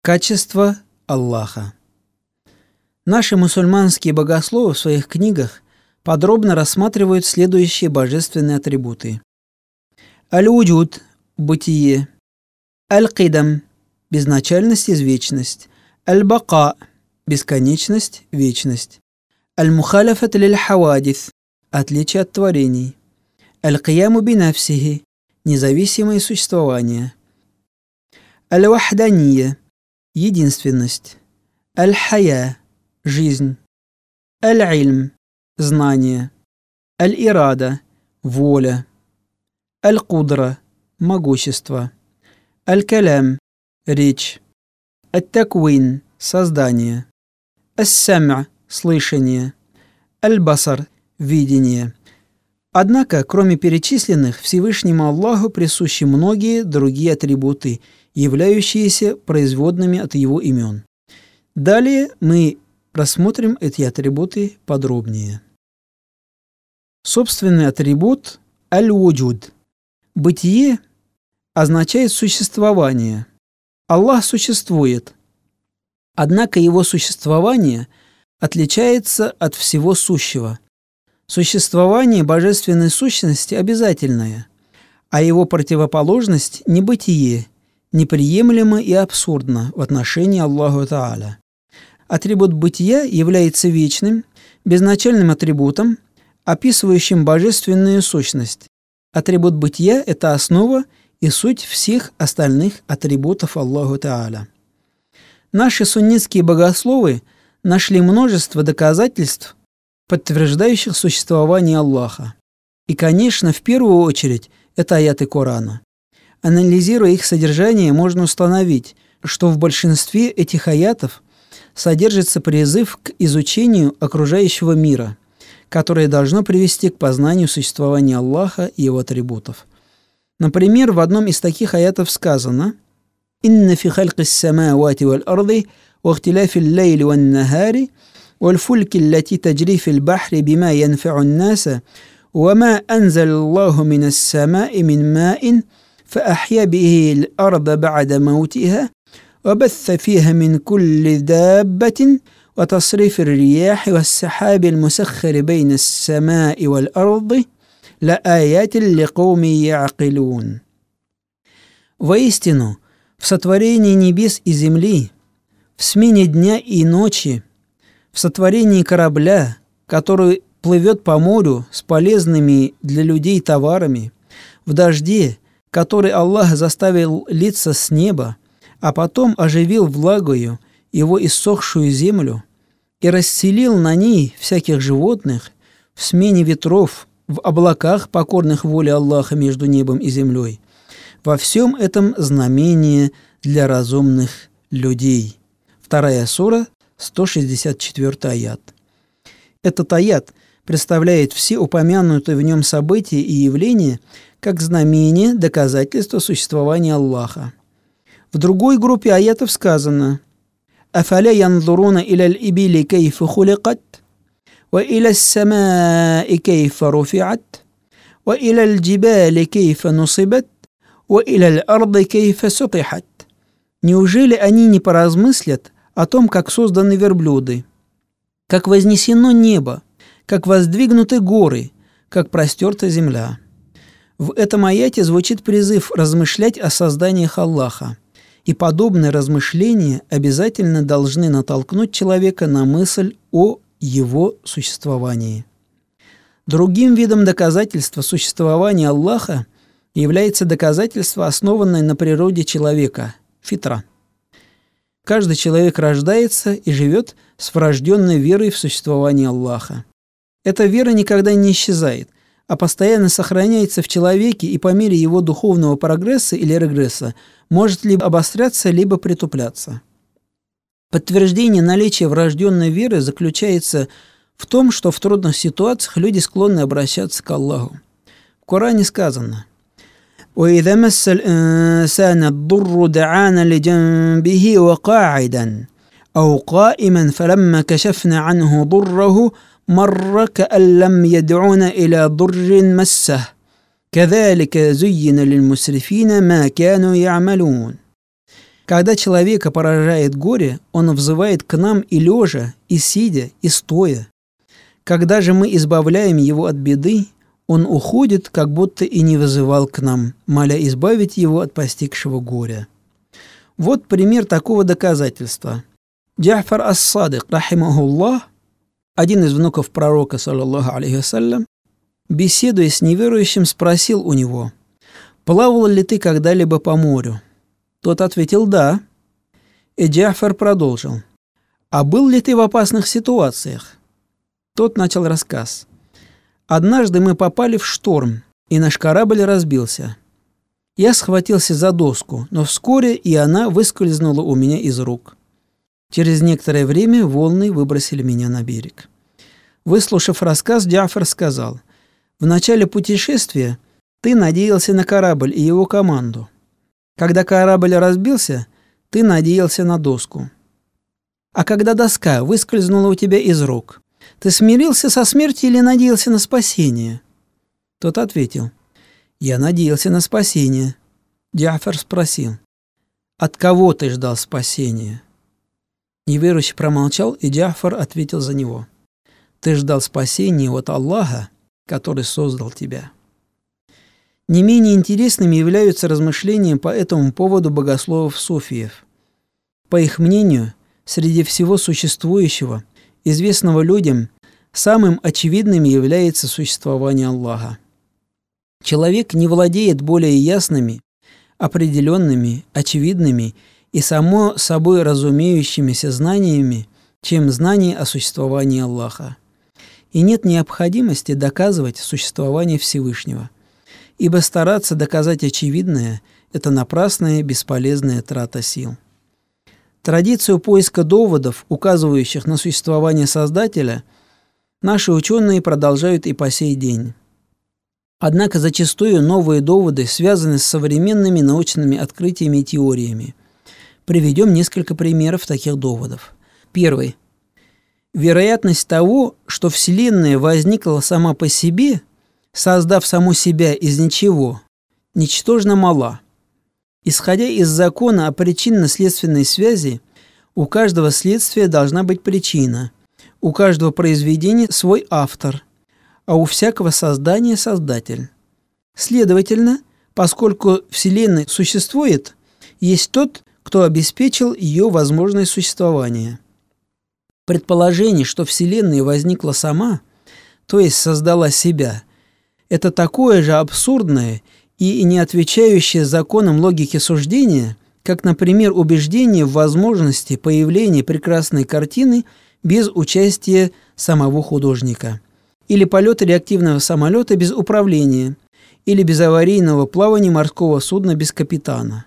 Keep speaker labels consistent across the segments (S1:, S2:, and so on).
S1: Качество Аллаха. Наши мусульманские богословы в своих книгах подробно рассматривают следующие божественные атрибуты. Аль-Уджуд – бытие. Аль-Кидам – безначальность, извечность. Аль-Бака – бесконечность, вечность. Аль-Мухаляфат лиль-Хавадис – отличие от творений. Аль-Кияму бинафсихи – независимое существование. Аль-Вахдания – единственность. Аль-Хая – жизнь. Аль-Ильм – знание. Аль-Ирада – воля. Аль-Кудра – могущество. Аль-Калям – речь. Аль-Таквин – создание. Ас-Сам'а – слышание. Аль-Басар – видение. Однако, кроме перечисленных, Всевышнему Аллаху присущи многие другие атрибуты, являющиеся производными от Его имен. Далее мы рассмотрим эти атрибуты подробнее. Собственный атрибут аль-вуджуд. Бытие означает существование. Аллах существует. Однако Его существование отличается от всего сущего. Существование божественной сущности обязательное, а его противоположность – небытие, неприемлемо и абсурдно в отношении Аллаху Тааля. Атрибут бытия является вечным, безначальным атрибутом, описывающим божественную сущность. Атрибут бытия – это основа и суть всех остальных атрибутов Аллаху Тааля. Наши суннитские богословы нашли множество доказательств, подтверждающих существование Аллаха. И, конечно, в первую очередь, это аяты Корана. Анализируя их содержание, можно установить, что в большинстве этих аятов содержится призыв к изучению окружающего мира, которое должно привести к познанию существования Аллаха и его атрибутов. Например, в одном из таких аятов сказано «Инна фи халькис самавати валь арды ва ихтиляфи ллейли ван нахари والفلك التي تجري في البحر بما ينفع الناس وما أنزل الله من السماء من ماء فأحيا به الأرض بعد موتها وبث فيها من كل دابة وتصريف الرياح والسحاب المسخر بين السماء والأرض لآيات لقوم يعقلون». Воистину, в сотворении небес и земли, в смене дня и ночи, в сотворении корабля, который плывет по морю с полезными для людей товарами, в дожде, который Аллах заставил литься с неба, а потом оживил влагою его иссохшую землю и расселил на ней всяких животных, в смене ветров, в облаках, покорных воле Аллаха между небом и землей. Во всем этом знамение для разумных людей. 2 сура, 164 аят. Этот аят представляет все упомянутые в нем события и явления как знамение, доказательство существования Аллаха. В другой группе аятов сказано «Афаля янзуруна иляль ибили кейфа хуликат, ва иляль самаи кейфа руфиат, ва иляль джибали кейфа нусибат, ва иляль арды кейфа сутихат». Неужели они не поразмыслят о том, как созданы верблюды, как вознесено небо, как воздвигнуты горы, как простерта земля? В этом аяте звучит призыв размышлять о созданиях Аллаха, и подобные размышления обязательно должны натолкнуть человека на мысль о его существовании. Другим видом доказательства существования Аллаха является доказательство, основанное на природе человека – фитра. Каждый человек рождается и живет с врожденной верой в существование Аллаха. Эта вера никогда не исчезает, а постоянно сохраняется в человеке и по мере его духовного прогресса или регресса может либо обостряться, либо притупляться. Подтверждение наличия врожденной веры заключается в том, что в трудных ситуациях люди склонны обращаться к Аллаху. В Коране сказано وإذا مس الإنسان الضر دعانا لجنبه وقاعدا أو قائما فلما كشفنا عنه ضره مر كأن لم يدعونا إلى ضر مسه كذلك زين للمسرفين ما كانوا يعملون. Когда человека поражает горе, он взывает к нам и лежа, и сидя, и стоя. Когда же мы избавляем его от беды, он уходит, как будто и не вызывал к нам, моля избавить его от постигшего горя. Вот пример такого доказательства. Джа'фар ас-Садик, рахимахуллах, один из внуков пророка, саллаллаху алейхи вассалям, беседуя с неверующим, спросил у него: «Плавал ли ты когда-либо по морю?» Тот ответил: «Да». И Джа'фар продолжил: «А был ли ты в опасных ситуациях?» Тот начал рассказ. «Однажды мы попали в шторм, и наш корабль разбился. Я схватился за доску, но вскоре и она выскользнула у меня из рук. Через некоторое время волны выбросили меня на берег». Выслушав рассказ, Джа'фар сказал: «В начале путешествия ты надеялся на корабль и его команду. Когда корабль разбился, ты надеялся на доску. А когда доска выскользнула у тебя из рук, ты смирился со смертью или надеялся на спасение?» Тот ответил: «Я надеялся на спасение». Джа'фар спросил: «От кого ты ждал спасения?» Неверующий промолчал, и Джа'фар ответил за него: «Ты ждал спасения от Аллаха, который создал тебя». Не менее интересными являются размышления по этому поводу богословов-суфиев. По их мнению, среди всего существующего, известного людям, самым очевидным является существование Аллаха. Человек не владеет более ясными, определенными, очевидными и само собой разумеющимися знаниями, чем знание о существовании Аллаха. И нет необходимости доказывать существование Всевышнего, ибо стараться доказать очевидное – это напрасная бесполезная трата сил. Традицию поиска доводов, указывающих на существование Создателя, наши ученые продолжают и по сей день. Однако зачастую новые доводы связаны с современными научными открытиями и теориями. Приведем несколько примеров таких доводов. Первый. Вероятность того, что Вселенная возникла сама по себе, создав саму себя из ничего, ничтожно мала. Исходя из закона о причинно-следственной связи, у каждого следствия должна быть причина, у каждого произведения свой автор, а у всякого создания создатель. Следовательно, поскольку Вселенная существует, есть тот, кто обеспечил ее возможное существование. Предположение, что Вселенная возникла сама, то есть создала себя, это такое же абсурдное и не отвечающее законам логики суждения, как, например, убеждение в возможности появления прекрасной картины без участия самого художника, или полета реактивного самолета без управления, или безаварийного плавания морского судна без капитана.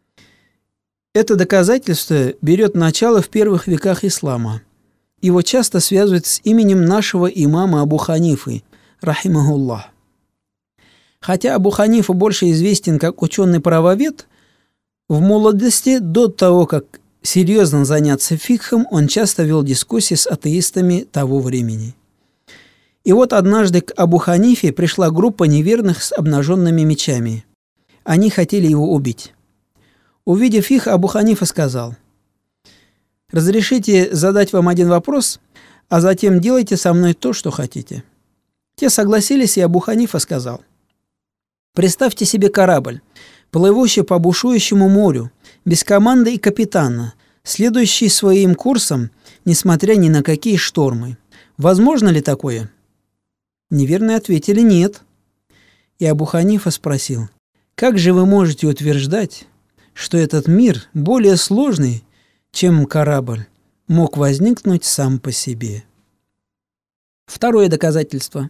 S1: Это доказательство берет начало в первых веках ислама. Его часто связывают с именем нашего имама Абу Ханифы, рахимахуллах. Хотя Абу Ханифа больше известен как ученый-правовед, в молодости, до того, как серьезно заняться фикхом, он часто вел дискуссии с атеистами того времени. И вот однажды к Абу Ханифе пришла группа неверных с обнаженными мечами. Они хотели его убить. Увидев их, Абу Ханифа сказал: «Разрешите задать вам один вопрос, а затем делайте со мной то, что хотите». Те согласились, и Абу Ханифа сказал: «Представьте себе корабль, плывущий по бушующему морю, без команды и капитана, следующий своим курсом, несмотря ни на какие штормы. Возможно ли такое?» Неверные ответили: «Нет». И Абу Ханифа спросил: «Как же вы можете утверждать, что этот мир более сложный, чем корабль, мог возникнуть сам по себе?» Второе доказательство.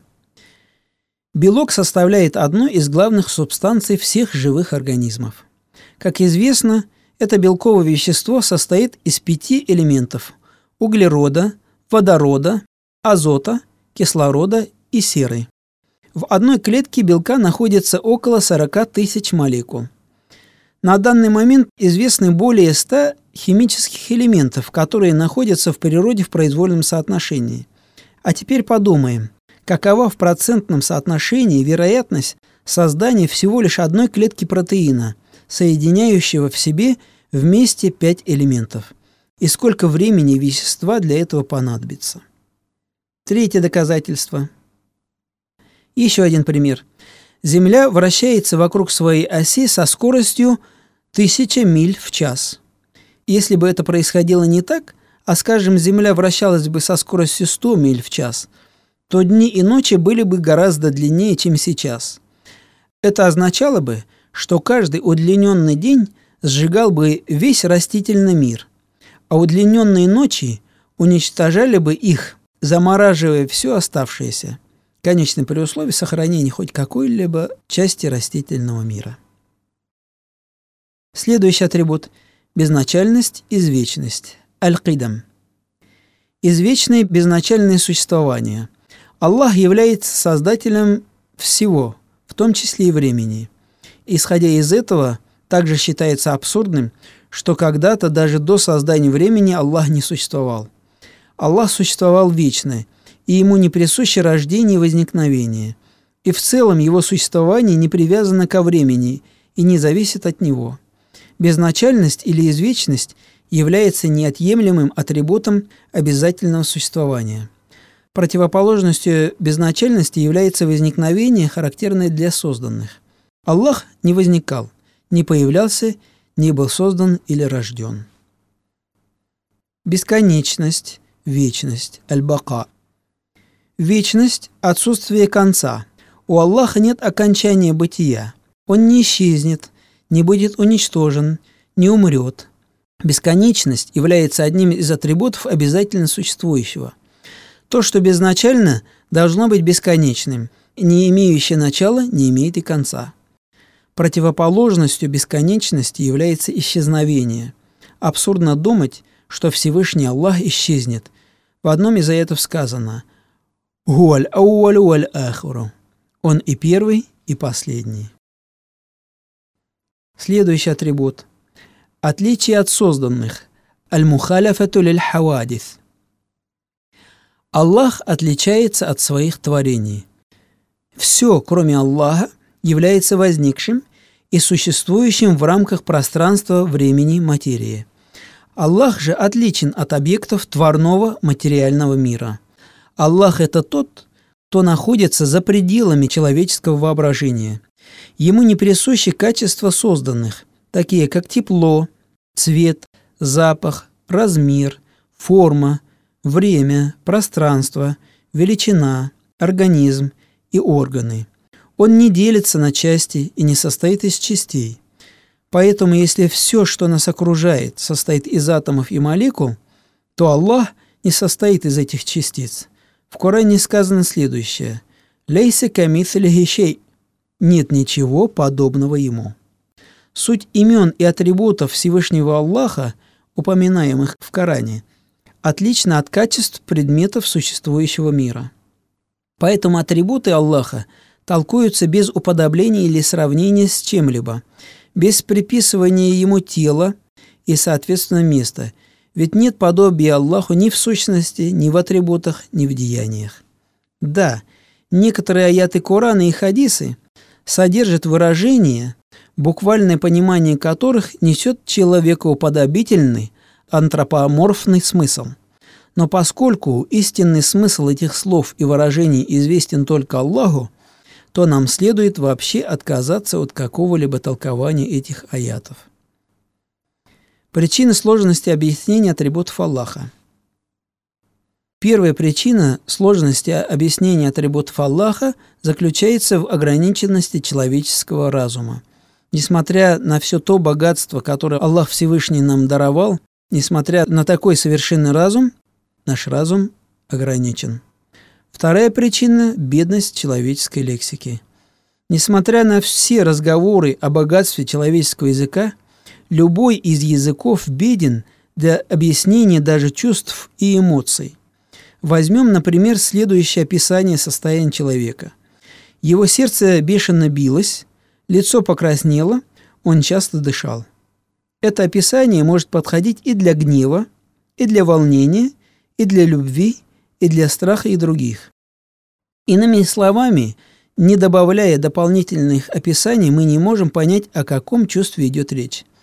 S1: Белок составляет одну из главных субстанций всех живых организмов. Как известно, это белковое вещество состоит из 5 элементов – углерода, водорода, азота, кислорода и серы. В одной клетке белка находится около 40 тысяч молекул. На данный момент известны более 100 химических элементов, которые находятся в природе в произвольном соотношении. А теперь подумаем, какова в процентном соотношении вероятность создания всего лишь одной клетки протеина, соединяющего в себе Вместе 5 элементов. И сколько времени вещества для этого понадобится. Третье доказательство. Еще один пример. Земля вращается вокруг своей оси со скоростью 1000 миль в час. Если бы это происходило не так, а, скажем, Земля вращалась бы со скоростью 100 миль в час, то дни и ночи были бы гораздо длиннее, чем сейчас. Это означало бы, что каждый удлиненный день сжигал бы весь растительный мир, а удлиненные ночи уничтожали бы их, замораживая все оставшееся, конечно, при условии сохранения хоть какой-либо части растительного мира. Следующий атрибут – безначальность, извечность. Аль-Кидам. Извечное безначальное существование. Аллах является создателем всего, в том числе и времени. Исходя из этого, также считается абсурдным, что когда-то даже до создания времени Аллах не существовал. Аллах существовал вечно, и ему не присуще рождение и возникновение. И в целом его существование не привязано ко времени и не зависит от него. Безначальность или извечность является неотъемлемым атрибутом обязательного существования. Противоположностью безначальности является возникновение, характерное для созданных. Аллах не возникал, не появлялся, не был создан или рожден. Бесконечность, вечность, аль-бака. Вечность – отсутствие конца. У Аллаха нет окончания бытия. Он не исчезнет, не будет уничтожен, не умрет. Бесконечность является одним из атрибутов обязательно существующего. То, что безначально, должно быть бесконечным, не имеющее начала не имеет и конца. Противоположностью бесконечности является исчезновение. Абсурдно думать, что Всевышний Аллах исчезнет. В одном из аятов сказано «Гуаль ауалю валь ахуру». Он и первый, и последний. Следующий атрибут. Отличие от созданных. Аль-мухаляфату лиль-хавадис. Аллах отличается от своих творений. Все, кроме Аллаха, является возникшим и существующим в рамках пространства, времени, материи. Аллах же отличен от объектов тварного материального мира. Аллах – это тот, кто находится за пределами человеческого воображения. Ему не присущи качества созданных, такие как тепло, цвет, запах, размер, форма, время, пространство, величина, организм и органы. Он не делится на части и не состоит из частей. Поэтому, если все, что нас окружает, состоит из атомов и молекул, то Аллах не состоит из этих частиц. В Коране сказано следующее: «Лейса камитслихи шей» – «нет ничего подобного ему». Суть имен и атрибутов Всевышнего Аллаха, упоминаемых в Коране, отлична от качеств предметов существующего мира. Поэтому атрибуты Аллаха толкуются без уподобления или сравнения с чем-либо, без приписывания ему тела и, соответственно, места, ведь нет подобия Аллаху ни в сущности, ни в атрибутах, ни в деяниях. Да, некоторые аяты Корана и хадисы содержат выражения, буквальное понимание которых несет человекоуподобительный, антропоморфный смысл. Но поскольку истинный смысл этих слов и выражений известен только Аллаху, то нам следует вообще отказаться от какого-либо толкования этих аятов. Причины сложности объяснения атрибутов Аллаха. Первая причина сложности объяснения атрибутов Аллаха заключается в ограниченности человеческого разума. Несмотря на все то богатство, которое Аллах Всевышний нам даровал, несмотря на такой совершенный разум, наш разум ограничен. Вторая причина – бедность человеческой лексики. Несмотря на все разговоры о богатстве человеческого языка, любой из языков беден для объяснения даже чувств и эмоций. Возьмем, например, следующее описание состояния человека. Его сердце бешено билось, лицо покраснело, он часто дышал. Это описание может подходить и для гнева, и для волнения, и для любви, и для страха и других. Иными словами, не добавляя дополнительных описаний, мы не можем понять, о каком чувстве идет речь.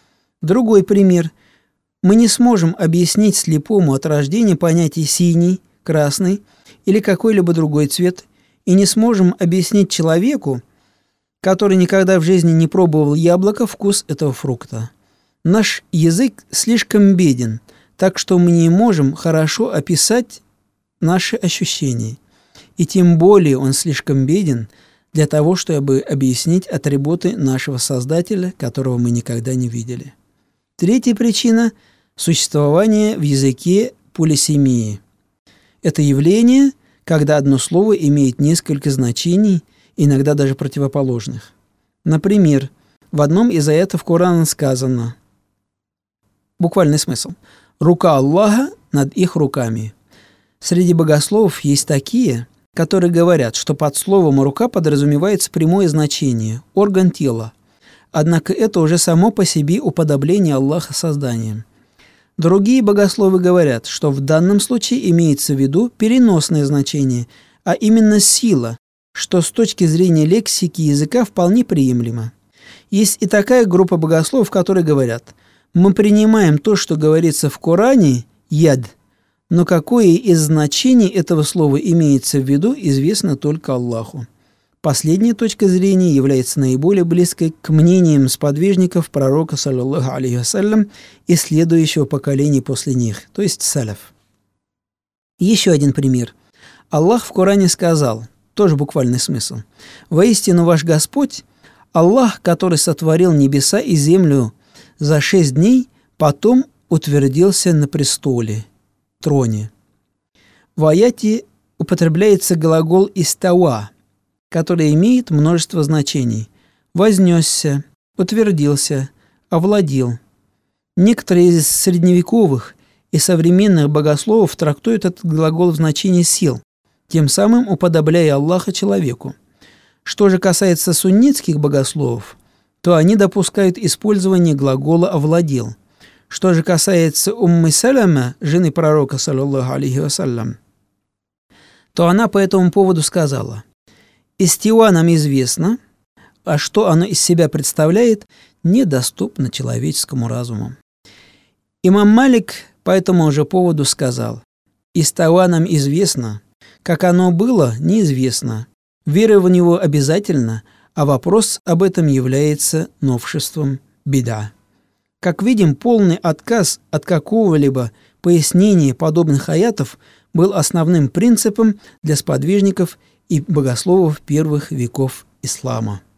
S1: Другой пример. Мы не сможем объяснить слепому от рождения понятие синий, красный или какой-либо другой цвет, и не сможем объяснить человеку, который никогда в жизни не пробовал яблоко, вкус этого фрукта. Наш язык слишком беден, так что мы не можем хорошо описать наши ощущения. И тем более он слишком беден для того, чтобы объяснить атрибуты нашего Создателя, которого мы никогда не видели. Третья причина – существование в языке полисемии. Это явление, когда одно слово имеет несколько значений, иногда даже противоположных. Например, в одном из аятов Корана сказано, буквальный смысл, «Рука Аллаха над их руками». Среди богословов есть такие, которые говорят, что под словом «рука» подразумевается прямое значение – орган тела. Однако это уже само по себе уподобление Аллаха созданием. Другие богословы говорят, что в данном случае имеется в виду переносное значение, а именно сила, что с точки зрения лексики языка вполне приемлемо. Есть и такая группа богословов, которые говорят, мы принимаем то, что говорится в Коране, яд, но какое из значений этого слова имеется в виду, известно только Аллаху. Последняя точка зрения является наиболее близкой к мнениям сподвижников пророка, саллаллаху алейхи вассалям, и следующего поколения после них, то есть салаф. Еще один пример. Аллах в Коране сказал, тоже буквальный смысл, «Воистину ваш Господь, Аллах, который сотворил небеса и землю за 6 дней, потом утвердился на престоле, троне». В аяте употребляется глагол «истауа», который имеет множество значений. Вознесся, утвердился, овладел. Некоторые из средневековых и современных богословов трактуют этот глагол в значении сил, тем самым уподобляя Аллаха человеку. Что же касается суннитских богословов, то они допускают использование глагола «овладел». Что же касается Уммы Салама, жены пророка, саллаллаху алейхи вассалям, то она по этому поводу сказала, «Истиуа нам известно, а что оно из себя представляет, недоступно человеческому разуму». Имам Малик по этому же поводу сказал, «Истиуа нам известно, как оно было, неизвестно. Вера в него обязательно, а вопрос об этом является новшеством бида». Как видим, полный отказ от какого-либо пояснения подобных аятов был основным принципом для сподвижников и богословов первых веков ислама.